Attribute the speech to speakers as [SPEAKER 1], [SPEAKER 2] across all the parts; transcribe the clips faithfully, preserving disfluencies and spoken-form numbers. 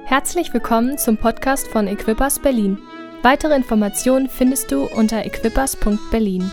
[SPEAKER 1] Herzlich willkommen zum Podcast von Equippers Berlin. Weitere Informationen findest du unter equippers punkt berlin.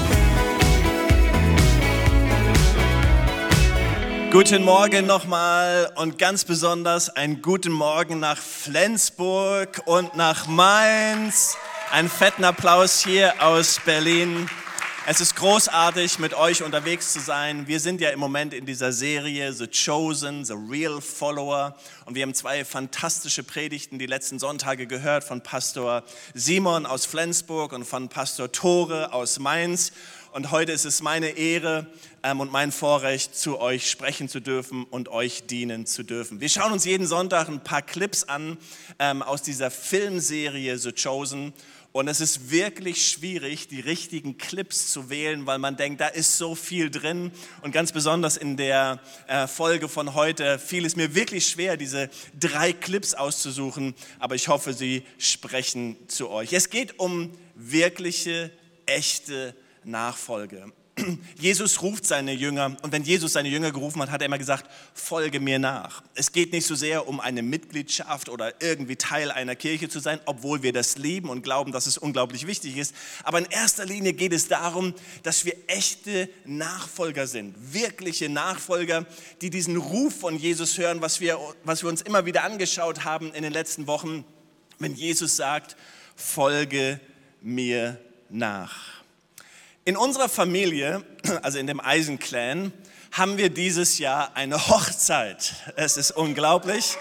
[SPEAKER 2] Guten Morgen nochmal und ganz besonders einen guten Morgen nach Flensburg und nach Mainz. Einen fetten Applaus hier aus Berlin. Es ist großartig, mit euch unterwegs zu sein. Wir sind ja im Moment in dieser Serie The Chosen, The Real Follower. Und wir haben zwei fantastische Predigten die letzten Sonntage gehört von Pastor Simon aus Flensburg und von Pastor Tore aus Mainz. Und heute ist es meine Ehre ähm, und mein Vorrecht, zu euch sprechen zu dürfen und euch dienen zu dürfen. Wir schauen uns jeden Sonntag ein paar Clips an ähm, aus dieser Filmserie The Chosen. Und es ist wirklich schwierig, die richtigen Clips zu wählen, weil man denkt, da ist so viel drin. Und ganz besonders in der äh, Folge von heute fiel es mir wirklich schwer, diese drei Clips auszusuchen. Aber ich hoffe, sie sprechen zu euch. Es geht um wirkliche, echte Nachfolge. Jesus ruft seine Jünger und wenn Jesus seine Jünger gerufen hat, hat er immer gesagt, folge mir nach. Es geht nicht so sehr um eine Mitgliedschaft oder irgendwie Teil einer Kirche zu sein, obwohl wir das lieben und glauben, dass es unglaublich wichtig ist. Aber in erster Linie geht es darum, dass wir echte Nachfolger sind, wirkliche Nachfolger, die diesen Ruf von Jesus hören, was wir, was wir uns immer wieder angeschaut haben in den letzten Wochen, wenn Jesus sagt, folge mir nach. In unserer Familie, also in dem Eisen-Clan, haben wir dieses Jahr eine Hochzeit. Es ist unglaublich.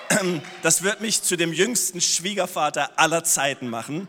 [SPEAKER 2] Das wird mich zu dem jüngsten Schwiegervater aller Zeiten machen.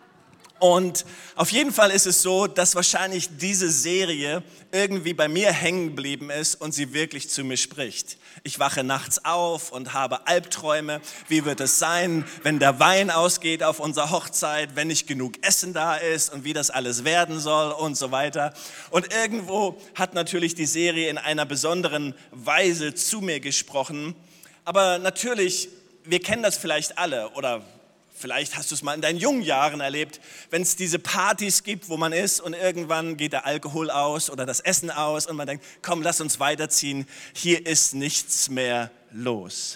[SPEAKER 2] Und auf jeden Fall ist es so, dass wahrscheinlich diese Serie irgendwie bei mir hängen geblieben ist und sie wirklich zu mir spricht. Ich wache nachts auf und habe Albträume. Wie wird es sein, wenn der Wein ausgeht auf unserer Hochzeit, wenn nicht genug Essen da ist und wie das alles werden soll und so weiter. Und irgendwo hat natürlich die Serie in einer besonderen Weise zu mir gesprochen. Aber natürlich, wir kennen das vielleicht alle oder vielleicht hast du es mal in deinen jungen Jahren erlebt, wenn es diese Partys gibt, wo man ist und irgendwann geht der Alkohol aus oder das Essen aus und man denkt, komm, lass uns weiterziehen, hier ist nichts mehr los.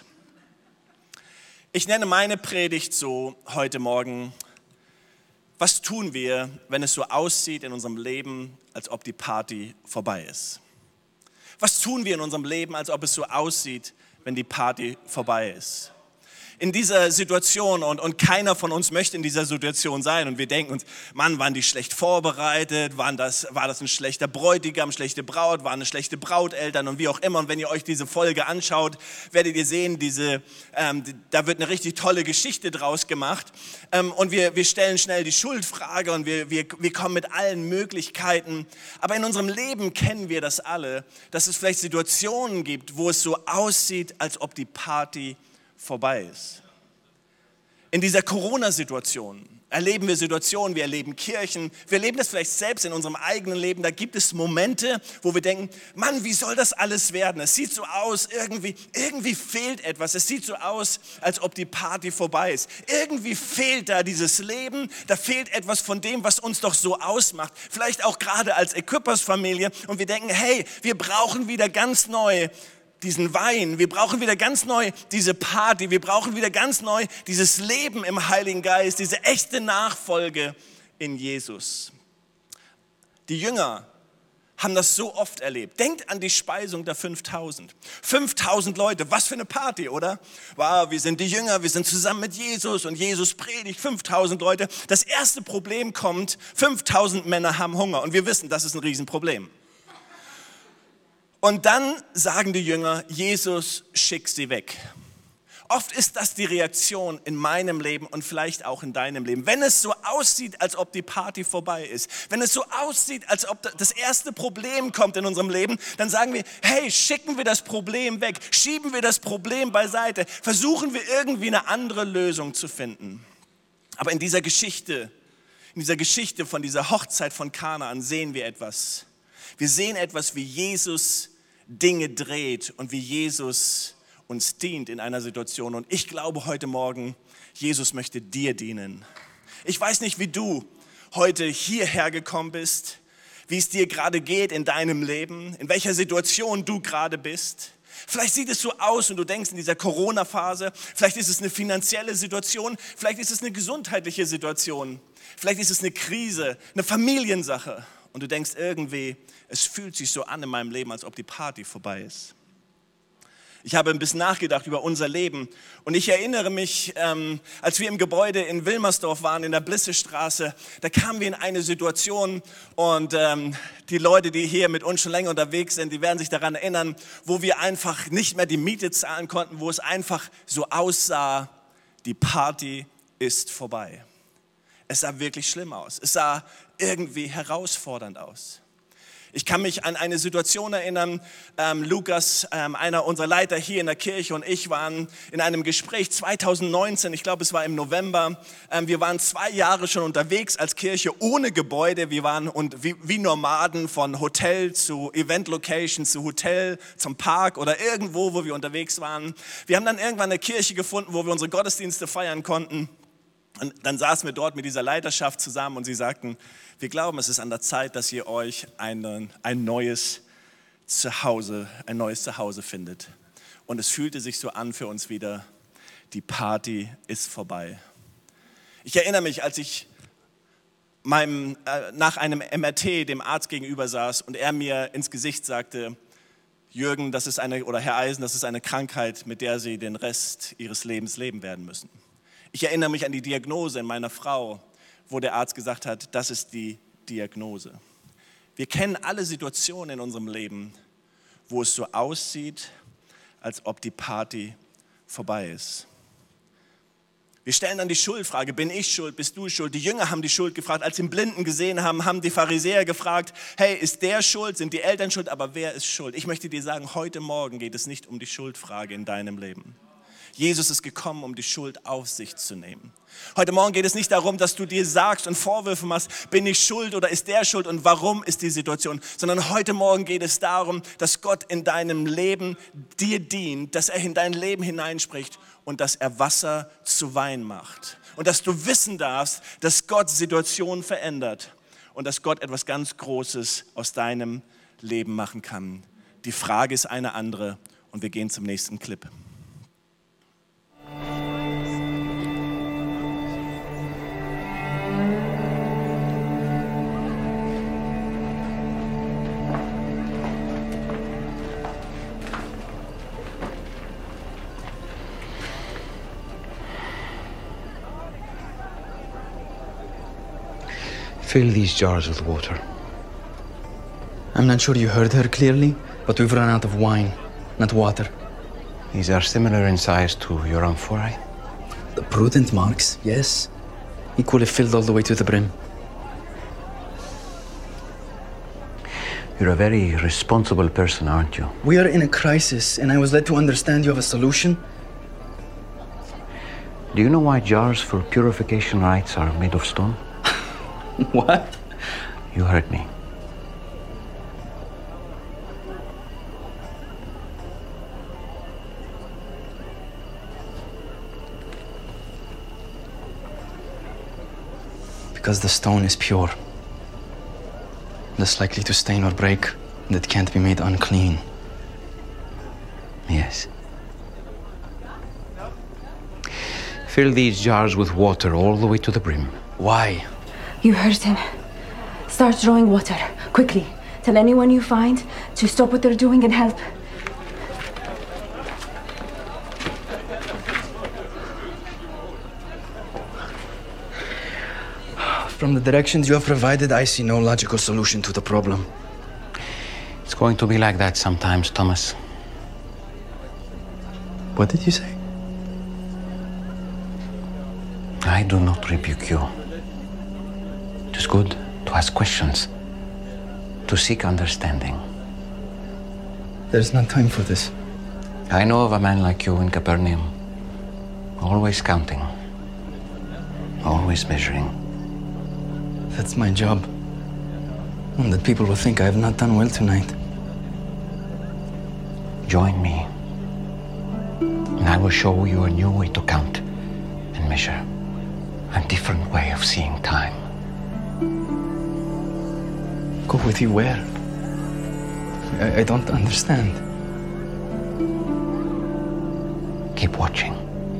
[SPEAKER 2] Ich nenne meine Predigt so heute Morgen, was tun wir, wenn es so aussieht in unserem Leben, als ob die Party vorbei ist? Was tun wir in unserem Leben, als ob es so aussieht, wenn die Party vorbei ist? In dieser Situation und, und keiner von uns möchte in dieser Situation sein und wir denken uns, Mann, waren die schlecht vorbereitet, waren das, war das ein schlechter Bräutigam, schlechte Braut, waren eine schlechte Brauteltern und wie auch immer. Und wenn ihr euch diese Folge anschaut, werdet ihr sehen, diese, ähm, da wird eine richtig tolle Geschichte draus gemacht ähm, und wir, wir stellen schnell die Schuldfrage und wir, wir, wir kommen mit allen Möglichkeiten. Aber in unserem Leben kennen wir das alle, dass es vielleicht Situationen gibt, wo es so aussieht, als ob die Party vorbei ist. In dieser Corona-Situation erleben wir Situationen, wir erleben Kirchen, wir erleben das vielleicht selbst in unserem eigenen Leben, da gibt es Momente, wo wir denken, Mann, wie soll das alles werden? Es sieht so aus, irgendwie, irgendwie fehlt etwas, es sieht so aus, als ob die Party vorbei ist. Irgendwie fehlt da dieses Leben, da fehlt etwas von dem, was uns doch so ausmacht. Vielleicht auch gerade als Equippers-Familie und wir denken, hey, wir brauchen wieder ganz neu diesen Wein, wir brauchen wieder ganz neu diese Party, wir brauchen wieder ganz neu dieses Leben im Heiligen Geist, diese echte Nachfolge in Jesus. Die Jünger haben das so oft erlebt. Denkt an die Speisung der fünftausend. fünftausend Leute, was für eine Party, oder? Wow, wir sind die Jünger, wir sind zusammen mit Jesus und Jesus predigt, fünftausend Leute. Das erste Problem kommt, fünftausend Männer haben Hunger und wir wissen, das ist ein Riesenproblem. Und dann sagen die Jünger, Jesus, schick sie weg. Oft ist das die Reaktion in meinem Leben und vielleicht auch in deinem Leben. Wenn es so aussieht, als ob die Party vorbei ist, wenn es so aussieht, als ob das erste Problem kommt in unserem Leben, dann sagen wir, hey, schicken wir das Problem weg, schieben wir das Problem beiseite, versuchen wir irgendwie eine andere Lösung zu finden. Aber in dieser Geschichte, in dieser Geschichte von dieser Hochzeit von Kanaan sehen wir etwas. Wir sehen etwas, wie Jesus Dinge dreht und wie Jesus uns dient in einer Situation. Und ich glaube heute Morgen, Jesus möchte dir dienen. Ich weiß nicht, wie du heute hierher gekommen bist, wie es dir gerade geht in deinem Leben, in welcher Situation du gerade bist. Vielleicht sieht es so aus und du denkst in dieser Corona-Phase, vielleicht ist es eine finanzielle Situation, vielleicht ist es eine gesundheitliche Situation, vielleicht ist es eine Krise, eine Familiensache und du denkst irgendwie, es fühlt sich so an in meinem Leben, als ob die Party vorbei ist. Ich habe ein bisschen nachgedacht über unser Leben und ich erinnere mich, ähm, als wir im Gebäude in Wilmersdorf waren, in der Blissestraße, da kamen wir in eine Situation und ähm, die Leute, die hier mit uns schon länger unterwegs sind, die werden sich daran erinnern, wo wir einfach nicht mehr die Miete zahlen konnten, wo es einfach so aussah, die Party ist vorbei. Es sah wirklich schlimm aus, es sah irgendwie herausfordernd aus. Ich kann mich an eine Situation erinnern, ähm, Lukas, ähm, einer unserer Leiter hier in der Kirche und ich waren in einem Gespräch zwanzig neunzehn, ich glaube es war im November, ähm, wir waren zwei Jahre schon unterwegs als Kirche ohne Gebäude, wir waren und wie, wie Nomaden von Hotel zu Event-Location, zu Hotel, zum Park oder irgendwo, wo wir unterwegs waren. Wir haben dann irgendwann eine Kirche gefunden, wo wir unsere Gottesdienste feiern konnten. Und dann saßen wir dort mit dieser Leiterschaft zusammen und sie sagten, wir glauben, es ist an der Zeit, dass ihr euch ein, ein neues Zuhause, ein neues Zuhause findet. Und es fühlte sich so an für uns wieder, die Party ist vorbei. Ich erinnere mich, als ich meinem, äh, nach einem M R T dem Arzt gegenüber saß und er mir ins Gesicht sagte, Jürgen, das ist eine, oder Herr Eisen, das ist eine Krankheit, mit der Sie den Rest Ihres Lebens leben werden müssen. Ich erinnere mich an die Diagnose in meiner Frau, wo der Arzt gesagt hat, das ist die Diagnose. Wir kennen alle Situationen in unserem Leben, wo es so aussieht, als ob die Party vorbei ist. Wir stellen dann die Schuldfrage, bin ich schuld, bist du schuld? Die Jünger haben die Schuld gefragt, als sie den Blinden gesehen haben, haben die Pharisäer gefragt, hey, ist der schuld, sind die Eltern schuld, aber wer ist schuld? Ich möchte dir sagen, heute Morgen geht es nicht um die Schuldfrage in deinem Leben. Jesus ist gekommen, um die Schuld auf sich zu nehmen. Heute Morgen geht es nicht darum, dass du dir sagst und Vorwürfe machst, bin ich schuld oder ist der schuld und warum ist die Situation, sondern heute Morgen geht es darum, dass Gott in deinem Leben dir dient, dass er in dein Leben hineinspricht und dass er Wasser zu Wein macht. Und dass du wissen darfst, dass Gott Situationen verändert und dass Gott etwas ganz Großes aus deinem Leben machen kann. Die Frage ist eine andere und wir gehen zum nächsten Clip.
[SPEAKER 3] Fill these jars with water.
[SPEAKER 4] I'm not sure you heard her clearly, but we've run out of wine, not water.
[SPEAKER 3] These are similar in size to your amphorae.
[SPEAKER 4] The prudent marks, yes. Equally filled all the way to the brim.
[SPEAKER 3] You're a very responsible person, aren't you?
[SPEAKER 4] We are in a crisis, and I was led to understand you have a solution.
[SPEAKER 3] Do you know why jars for purification rites are made of stone?
[SPEAKER 4] What?
[SPEAKER 3] You heard me.
[SPEAKER 4] Because the stone is pure. Less likely to stain or break, that can't be made unclean.
[SPEAKER 3] Yes. Fill these jars with water all the way to the brim.
[SPEAKER 4] Why?
[SPEAKER 5] You heard him. Start drawing water, quickly. Tell anyone you find to stop what they're doing and help.
[SPEAKER 4] From the directions you have provided, I see no logical solution to the problem.
[SPEAKER 3] It's going to be like that sometimes, Thomas.
[SPEAKER 4] What did you say?
[SPEAKER 3] I do not rebuke you. It is good to ask questions, to seek understanding.
[SPEAKER 4] There's not time for this.
[SPEAKER 3] I know of a man like you in Capernaum, always counting, always measuring.
[SPEAKER 4] That's my job. And that people will think I have not done well tonight.
[SPEAKER 3] Join me, and I will show you a new way to count and measure, a different way of seeing time.
[SPEAKER 4] Go with you where? I, I don't understand.
[SPEAKER 3] Keep watching.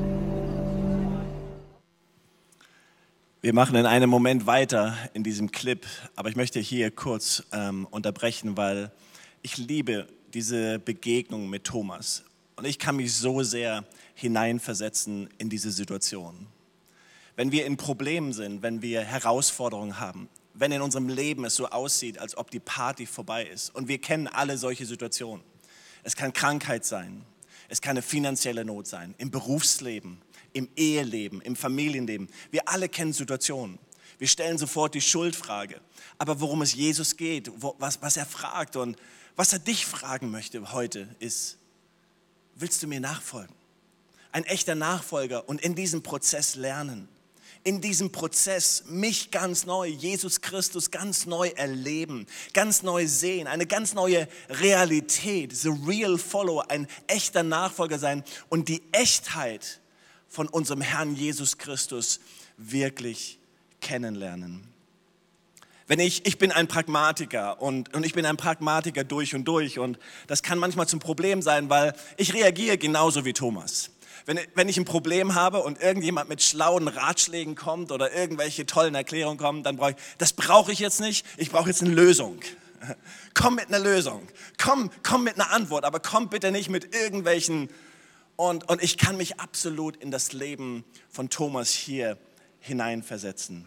[SPEAKER 2] Wir machen in einem Moment weiter in diesem Clip, aber ich möchte hier kurz ähm, unterbrechen, weil ich liebe diese Begegnung mit Thomas und ich kann mich so sehr hineinversetzen in diese Situation. Wenn wir in Problemen sind, wenn wir Herausforderungen haben, wenn in unserem Leben es so aussieht, als ob die Party vorbei ist und wir kennen alle solche Situationen. Es kann Krankheit sein, es kann eine finanzielle Not sein, im Berufsleben, im Eheleben, im Familienleben. Wir alle kennen Situationen. Wir stellen sofort die Schuldfrage. Aber worum es Jesus geht, wo, was, was er fragt und was er dich fragen möchte heute ist, willst du mir nachfolgen? Ein echter Nachfolger und in diesem Prozess lernen. In diesem Prozess mich ganz neu, Jesus Christus ganz neu erleben, ganz neu sehen, eine ganz neue Realität, the real follower, ein echter Nachfolger sein und die Echtheit von unserem Herrn Jesus Christus wirklich kennenlernen. Wenn ich, ich bin ein Pragmatiker und, und ich bin ein Pragmatiker durch und durch und das kann manchmal zum Problem sein, weil ich reagiere genauso wie Thomas. Wenn, wenn ich ein Problem habe und irgendjemand mit schlauen Ratschlägen kommt oder irgendwelche tollen Erklärungen kommen, dann brauche ich, das brauche ich jetzt nicht, ich brauche jetzt eine Lösung. Komm mit einer Lösung, komm, komm mit einer Antwort, aber komm bitte nicht mit irgendwelchen, und, und ich kann mich absolut in das Leben von Thomas hier hineinversetzen.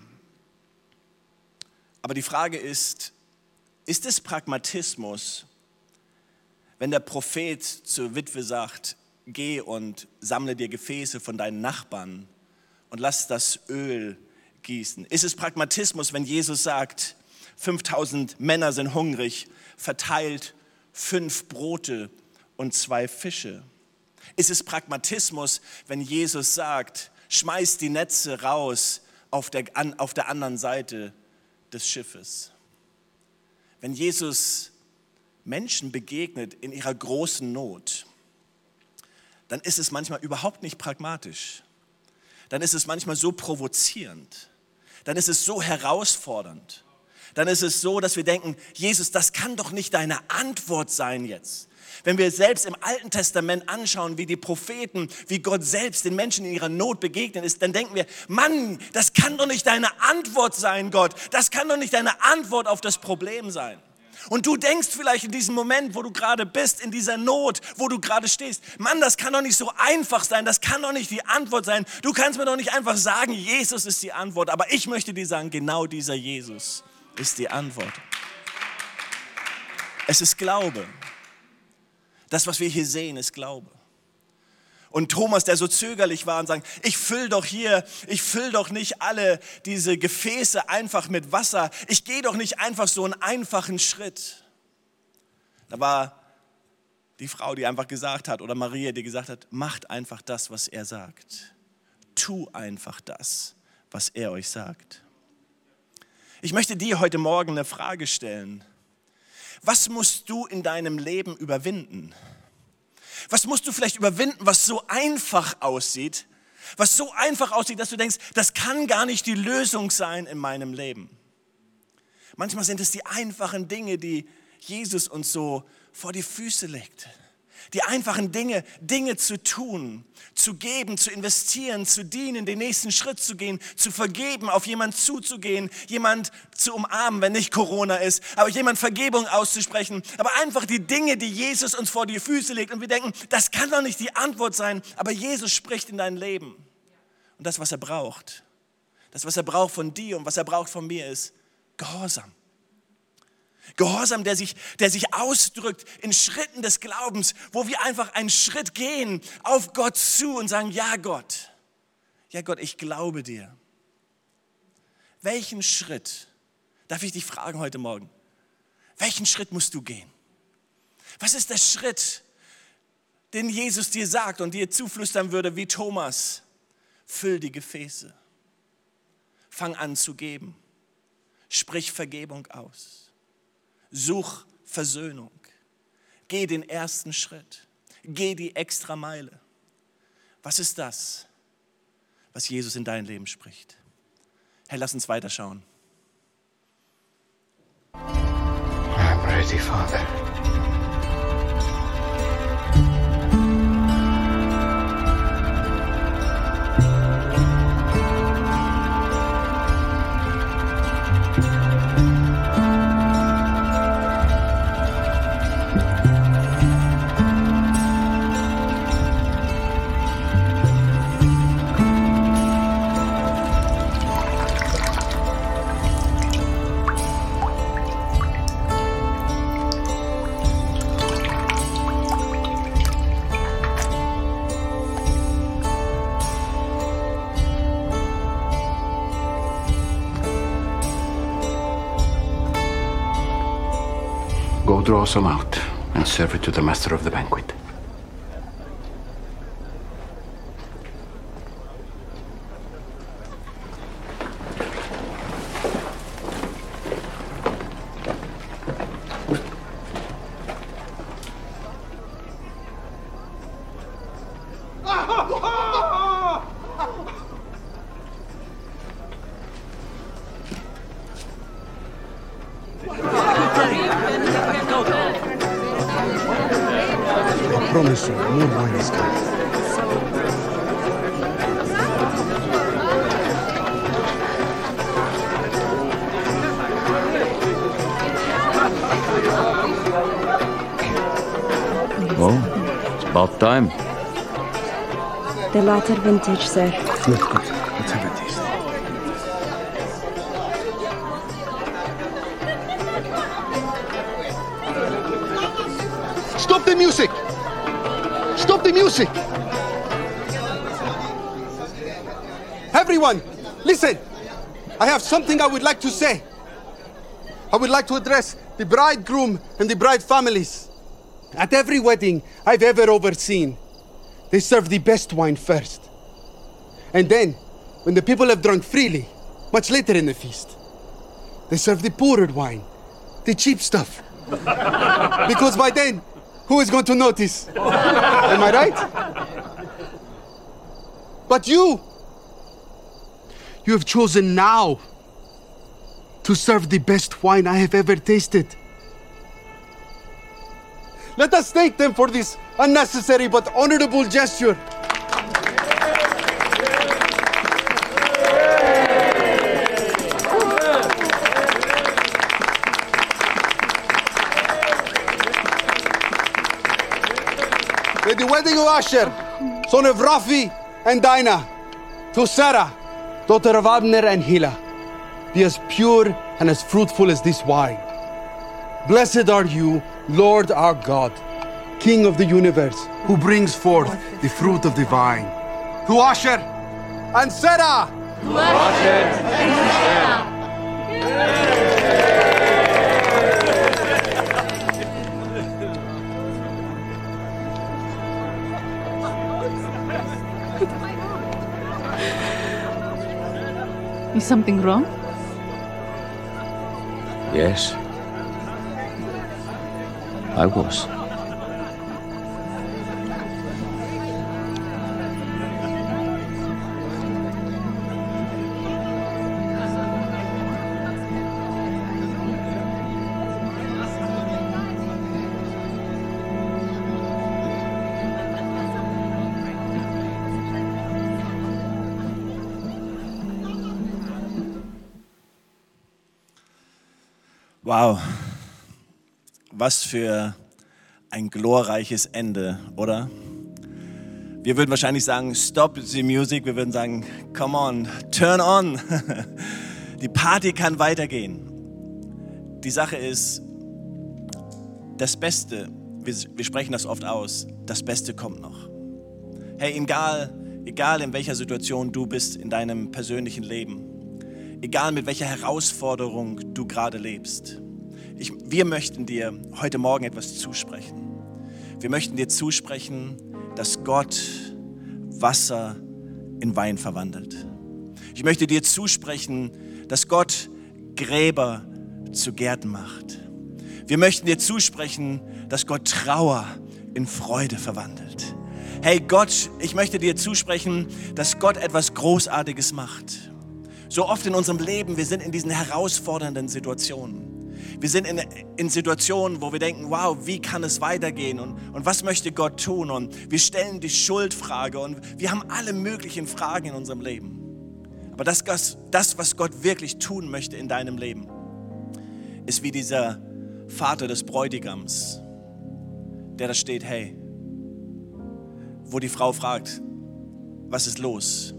[SPEAKER 2] Aber die Frage ist, ist es Pragmatismus, wenn der Prophet zur Witwe sagt, geh und sammle dir Gefäße von deinen Nachbarn und lass das Öl gießen? Ist es Pragmatismus, wenn Jesus sagt, fünftausend Männer sind hungrig, verteilt fünf Brote und zwei Fische? Ist es Pragmatismus, wenn Jesus sagt, schmeiß die Netze raus auf der, an, auf der anderen Seite des Schiffes? Wenn Jesus Menschen begegnet in ihrer großen Not, dann ist es manchmal überhaupt nicht pragmatisch. Dann ist es manchmal so provozierend. Dann ist es so herausfordernd. Dann ist es so, dass wir denken, Jesus, das kann doch nicht deine Antwort sein jetzt. Wenn wir selbst im Alten Testament anschauen, wie die Propheten, wie Gott selbst den Menschen in ihrer Not begegnet ist, dann denken wir, Mann, das kann doch nicht deine Antwort sein, Gott. Das kann doch nicht deine Antwort auf das Problem sein. Und du denkst vielleicht in diesem Moment, wo du gerade bist, in dieser Not, wo du gerade stehst, Mann, das kann doch nicht so einfach sein, das kann doch nicht die Antwort sein. Du kannst mir doch nicht einfach sagen, Jesus ist die Antwort. Aber ich möchte dir sagen, genau dieser Jesus ist die Antwort. Es ist Glaube. Das, was wir hier sehen, ist Glaube. Und Thomas, der so zögerlich war und sagt, ich füll doch hier, ich füll doch nicht alle diese Gefäße einfach mit Wasser. Ich gehe doch nicht einfach so einen einfachen Schritt. Da war die Frau, die einfach gesagt hat, oder Maria, die gesagt hat, macht einfach das, was er sagt. Tu einfach das, was er euch sagt. Ich möchte dir heute Morgen eine Frage stellen. Was musst du in deinem Leben überwinden? Was musst du vielleicht überwinden, was so einfach aussieht, was so einfach aussieht, dass du denkst, das kann gar nicht die Lösung sein in meinem Leben. Manchmal sind es die einfachen Dinge, die Jesus uns so vor die Füße legt. Die einfachen Dinge, Dinge zu tun, zu geben, zu investieren, zu dienen, den nächsten Schritt zu gehen, zu vergeben, auf jemanden zuzugehen, jemand zu umarmen, wenn nicht Corona ist, aber jemand Vergebung auszusprechen. Aber einfach die Dinge, die Jesus uns vor die Füße legt und wir denken, das kann doch nicht die Antwort sein, aber Jesus spricht in dein Leben. Und das, was er braucht, das, was er braucht von dir und was er braucht von mir, ist Gehorsam. Gehorsam, der sich, der sich ausdrückt in Schritten des Glaubens, wo wir einfach einen Schritt gehen auf Gott zu und sagen, ja Gott, ja Gott, ich glaube dir. Welchen Schritt, darf ich dich fragen heute Morgen, welchen Schritt musst du gehen? Was ist der Schritt, den Jesus dir sagt und dir zuflüstern würde, wie Thomas? Füll die Gefäße, fang an zu geben, sprich Vergebung aus. Such Versöhnung. Geh den ersten Schritt. Geh die extra Meile. Was ist das, was Jesus in dein Leben spricht? Hey, lass uns weiterschauen.
[SPEAKER 3] I'm ready, Father. draw some out and serve it to the master of the banquet.
[SPEAKER 6] I promise you, more wine is coming.
[SPEAKER 7] Oh, it's about time.
[SPEAKER 5] The latter vintage, sir.
[SPEAKER 6] Good, good. Let's have a taste. Stop the music! Stop the music! Everyone, listen! I have something I would like to say. I would like to address the bridegroom and the bride families. At every wedding I've ever overseen, they serve the best wine first. And then, when the people have drunk freely, much later in the feast, they serve the poorer wine, the cheap stuff. Because by then, who is going to notice? Am I right? But you, you have chosen now to serve the best wine I have ever tasted. Let us thank them for this unnecessary but honorable gesture. May the wedding of Asher, son of Rafi and Dinah, to Sarah, daughter of Abner and Hila, be as pure and as fruitful as this wine. Blessed are you, Lord our God, King of the universe, who brings forth the fruit of the vine. To Asher and Sarah! To Asher and Sarah!
[SPEAKER 8] Is something wrong?
[SPEAKER 7] Yes. I was.
[SPEAKER 2] Wow, was für ein glorreiches Ende, oder? Wir würden wahrscheinlich sagen, stop the music, wir würden sagen, come on, turn on. Die Party kann weitergehen. Die Sache ist, das Beste, wir, wir sprechen das oft aus, das Beste kommt noch. Hey, egal, egal in welcher Situation du bist in deinem persönlichen Leben, egal mit welcher Herausforderung du gerade lebst. Ich, wir möchten dir heute Morgen etwas zusprechen. Wir möchten dir zusprechen, dass Gott Wasser in Wein verwandelt. Ich möchte dir zusprechen, dass Gott Gräber zu Gärten macht. Wir möchten dir zusprechen, dass Gott Trauer in Freude verwandelt. Hey Gott, ich möchte dir zusprechen, dass Gott etwas Großartiges macht. So oft in unserem Leben, wir sind in diesen herausfordernden Situationen. Wir sind in, in Situationen, wo wir denken, wow, wie kann es weitergehen und, und was möchte Gott tun? Und wir stellen die Schuldfrage und wir haben alle möglichen Fragen in unserem Leben. Aber das, das, was Gott wirklich tun möchte in deinem Leben, ist wie dieser Vater des Bräutigams, der da steht, hey, wo die Frau fragt, was ist los?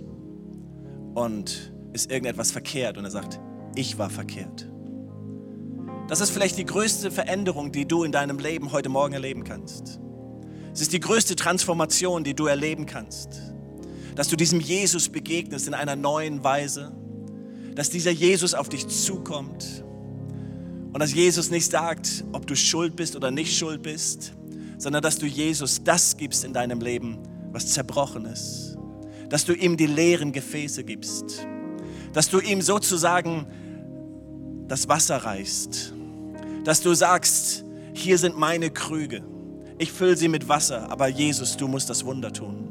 [SPEAKER 2] Und ist irgendetwas verkehrt? Und er sagt, ich war verkehrt. Das ist vielleicht die größte Veränderung, die du in deinem Leben heute Morgen erleben kannst. Es ist die größte Transformation, die du erleben kannst. Dass du diesem Jesus begegnest in einer neuen Weise. Dass dieser Jesus auf dich zukommt Und dass Jesus nicht sagt, ob du schuld bist oder nicht schuld bist, sondern dass du Jesus das gibst in deinem Leben, was zerbrochen ist. Dass du ihm die leeren Gefäße gibst. Dass du ihm sozusagen das Wasser reichst. Dass du sagst, hier sind meine Krüge. Ich fülle sie mit Wasser, aber Jesus, du musst das Wunder tun.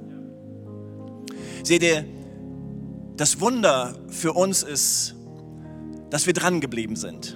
[SPEAKER 2] Seht ihr, das Wunder für uns ist, dass wir dran geblieben sind.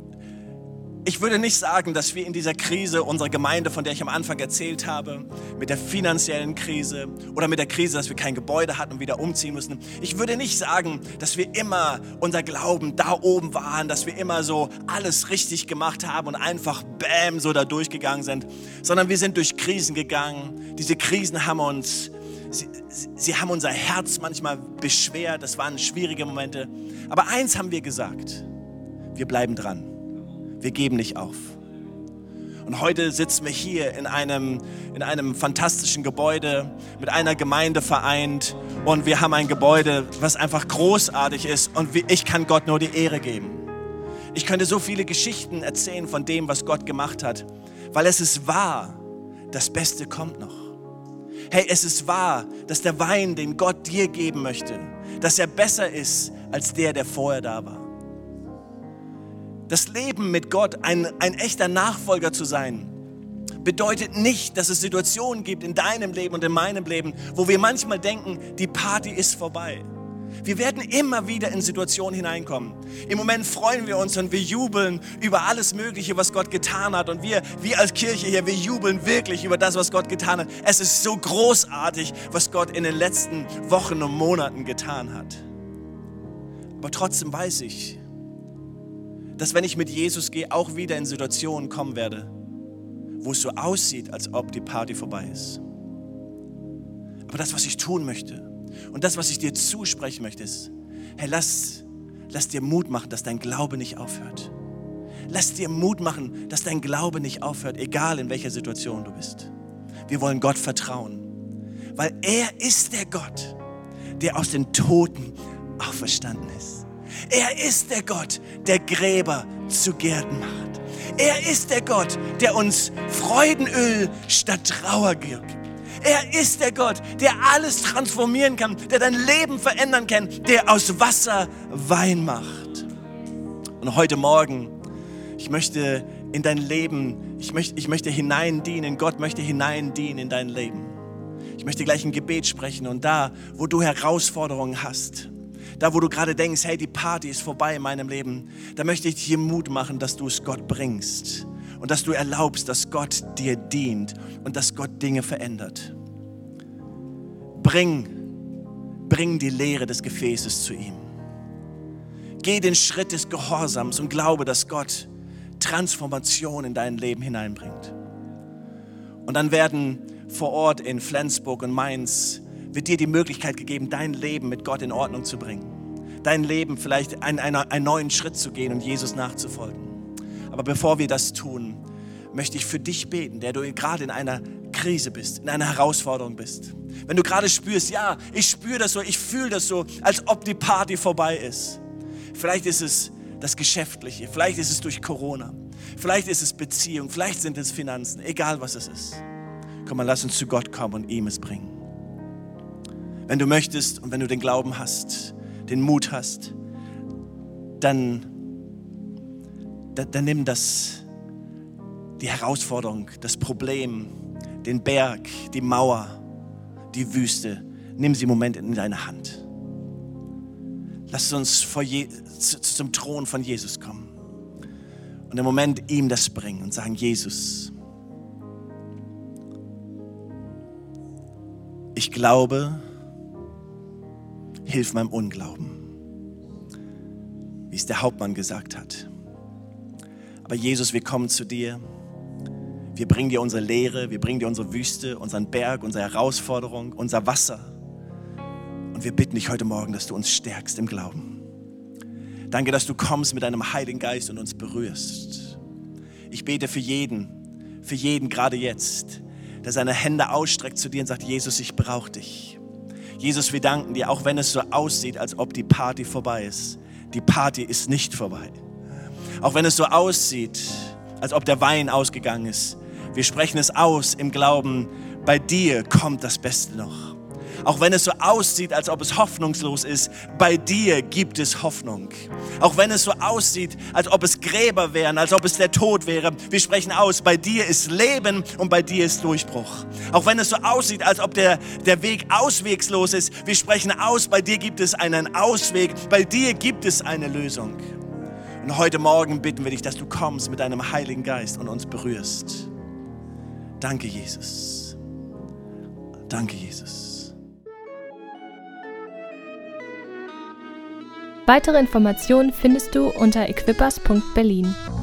[SPEAKER 2] Ich würde nicht sagen, dass wir in dieser Krise unserer Gemeinde, von der ich am Anfang erzählt habe, mit der finanziellen Krise oder mit der Krise, dass wir kein Gebäude hatten und wieder umziehen mussten. Ich würde nicht sagen, dass wir immer unser Glauben da oben waren, dass wir immer so alles richtig gemacht haben und einfach bäm so da durchgegangen sind, sondern wir sind durch Krisen gegangen. Diese Krisen haben uns, sie, sie haben unser Herz manchmal beschwert. Das waren schwierige Momente. Aber eins haben wir gesagt: Wir bleiben dran. Wir geben nicht auf. Und heute sitzen wir hier in einem, in einem fantastischen Gebäude, mit einer Gemeinde vereint. Und wir haben ein Gebäude, was einfach großartig ist. Und ich kann Gott nur die Ehre geben. Ich könnte so viele Geschichten erzählen von dem, was Gott gemacht hat. Weil es ist wahr, das Beste kommt noch. Hey, es ist wahr, dass der Wein, den Gott dir geben möchte, dass er besser ist als der, der vorher da war. Das Leben mit Gott, ein, ein echter Nachfolger zu sein, bedeutet nicht, dass es Situationen gibt in deinem Leben und in meinem Leben, wo wir manchmal denken, die Party ist vorbei. Wir werden immer wieder in Situationen hineinkommen. Im Moment freuen wir uns und wir jubeln über alles Mögliche, was Gott getan hat. Und wir, wir als Kirche hier, wir jubeln wirklich über das, was Gott getan hat. Es ist so großartig, was Gott in den letzten Wochen und Monaten getan hat. Aber trotzdem weiß ich, dass wenn ich mit Jesus gehe, auch wieder in Situationen kommen werde, wo es so aussieht, als ob die Party vorbei ist. Aber das, was ich tun möchte und das, was ich dir zusprechen möchte, ist, hey, lass, lass dir Mut machen, dass dein Glaube nicht aufhört. Lass dir Mut machen, dass dein Glaube nicht aufhört, egal in welcher Situation du bist. Wir wollen Gott vertrauen, weil er ist der Gott, der aus den Toten auferstanden ist. Er ist der Gott, der Gräber zu Gärten macht. Er ist der Gott, der uns Freudenöl statt Trauer gibt. Er ist der Gott, der alles transformieren kann, der dein Leben verändern kann, der aus Wasser Wein macht. Und heute Morgen, ich möchte in dein Leben, ich möchte, ich möchte hineindienen, Gott möchte hineindienen in dein Leben. Ich möchte gleich ein Gebet sprechen und da, wo du Herausforderungen hast, da, wo du gerade denkst, hey, die Party ist vorbei in meinem Leben, da möchte ich dir Mut machen, dass du es Gott bringst und dass du erlaubst, dass Gott dir dient und dass Gott Dinge verändert. Bring, bring die Leere des Gefäßes zu ihm. Geh den Schritt des Gehorsams und glaube, dass Gott Transformation in dein Leben hineinbringt. Und dann werden vor Ort in Flensburg und Mainz wird dir die Möglichkeit gegeben, dein Leben mit Gott in Ordnung zu bringen. Dein Leben vielleicht einen, einen, einen neuen Schritt zu gehen und Jesus nachzufolgen. Aber bevor wir das tun, möchte ich für dich beten, der du gerade in einer Krise bist, in einer Herausforderung bist. Wenn du gerade spürst, ja, ich spüre das so, ich fühle das so, als ob die Party vorbei ist. Vielleicht ist es das Geschäftliche, vielleicht ist es durch Corona, vielleicht ist es Beziehung, vielleicht sind es Finanzen, egal was es ist. Komm mal, lass uns zu Gott kommen und ihm es bringen. Wenn du möchtest und wenn du den Glauben hast, den Mut hast, dann, dann, dann nimm das, die Herausforderung, das Problem, den Berg, die Mauer, die Wüste, nimm sie im Moment in deine Hand. Lass uns vor Je- zu, zum Thron von Jesus kommen und im Moment ihm das bringen und sagen, Jesus, ich glaube, hilf meinem Unglauben, wie es der Hauptmann gesagt hat. Aber Jesus, wir kommen zu dir. Wir bringen dir unsere Leere, wir bringen dir unsere Wüste, unseren Berg, unsere Herausforderung, unser Wasser. Und wir bitten dich heute Morgen, dass du uns stärkst im Glauben. Danke, dass du kommst mit deinem Heiligen Geist und uns berührst. Ich bete für jeden, für jeden gerade jetzt, der seine Hände ausstreckt zu dir und sagt, Jesus, ich brauche dich. Jesus, wir danken dir, auch wenn es so aussieht, als ob die Party vorbei ist. Die Party ist nicht vorbei. Auch wenn es so aussieht, als ob der Wein ausgegangen ist. Wir sprechen es aus im Glauben, bei dir kommt das Beste noch. Auch wenn es so aussieht, als ob es hoffnungslos ist, bei dir gibt es Hoffnung. Auch wenn es so aussieht, als ob es Gräber wären, als ob es der Tod wäre, wir sprechen aus, bei dir ist Leben und bei dir ist Durchbruch. Auch wenn es so aussieht, als ob der, der Weg auswegslos ist, wir sprechen aus, bei dir gibt es einen Ausweg, bei dir gibt es eine Lösung. Und heute Morgen bitten wir dich, dass du kommst mit deinem Heiligen Geist und uns berührst. Danke, Jesus. Danke, Jesus.
[SPEAKER 1] Weitere Informationen findest du unter equippers punkt berlin.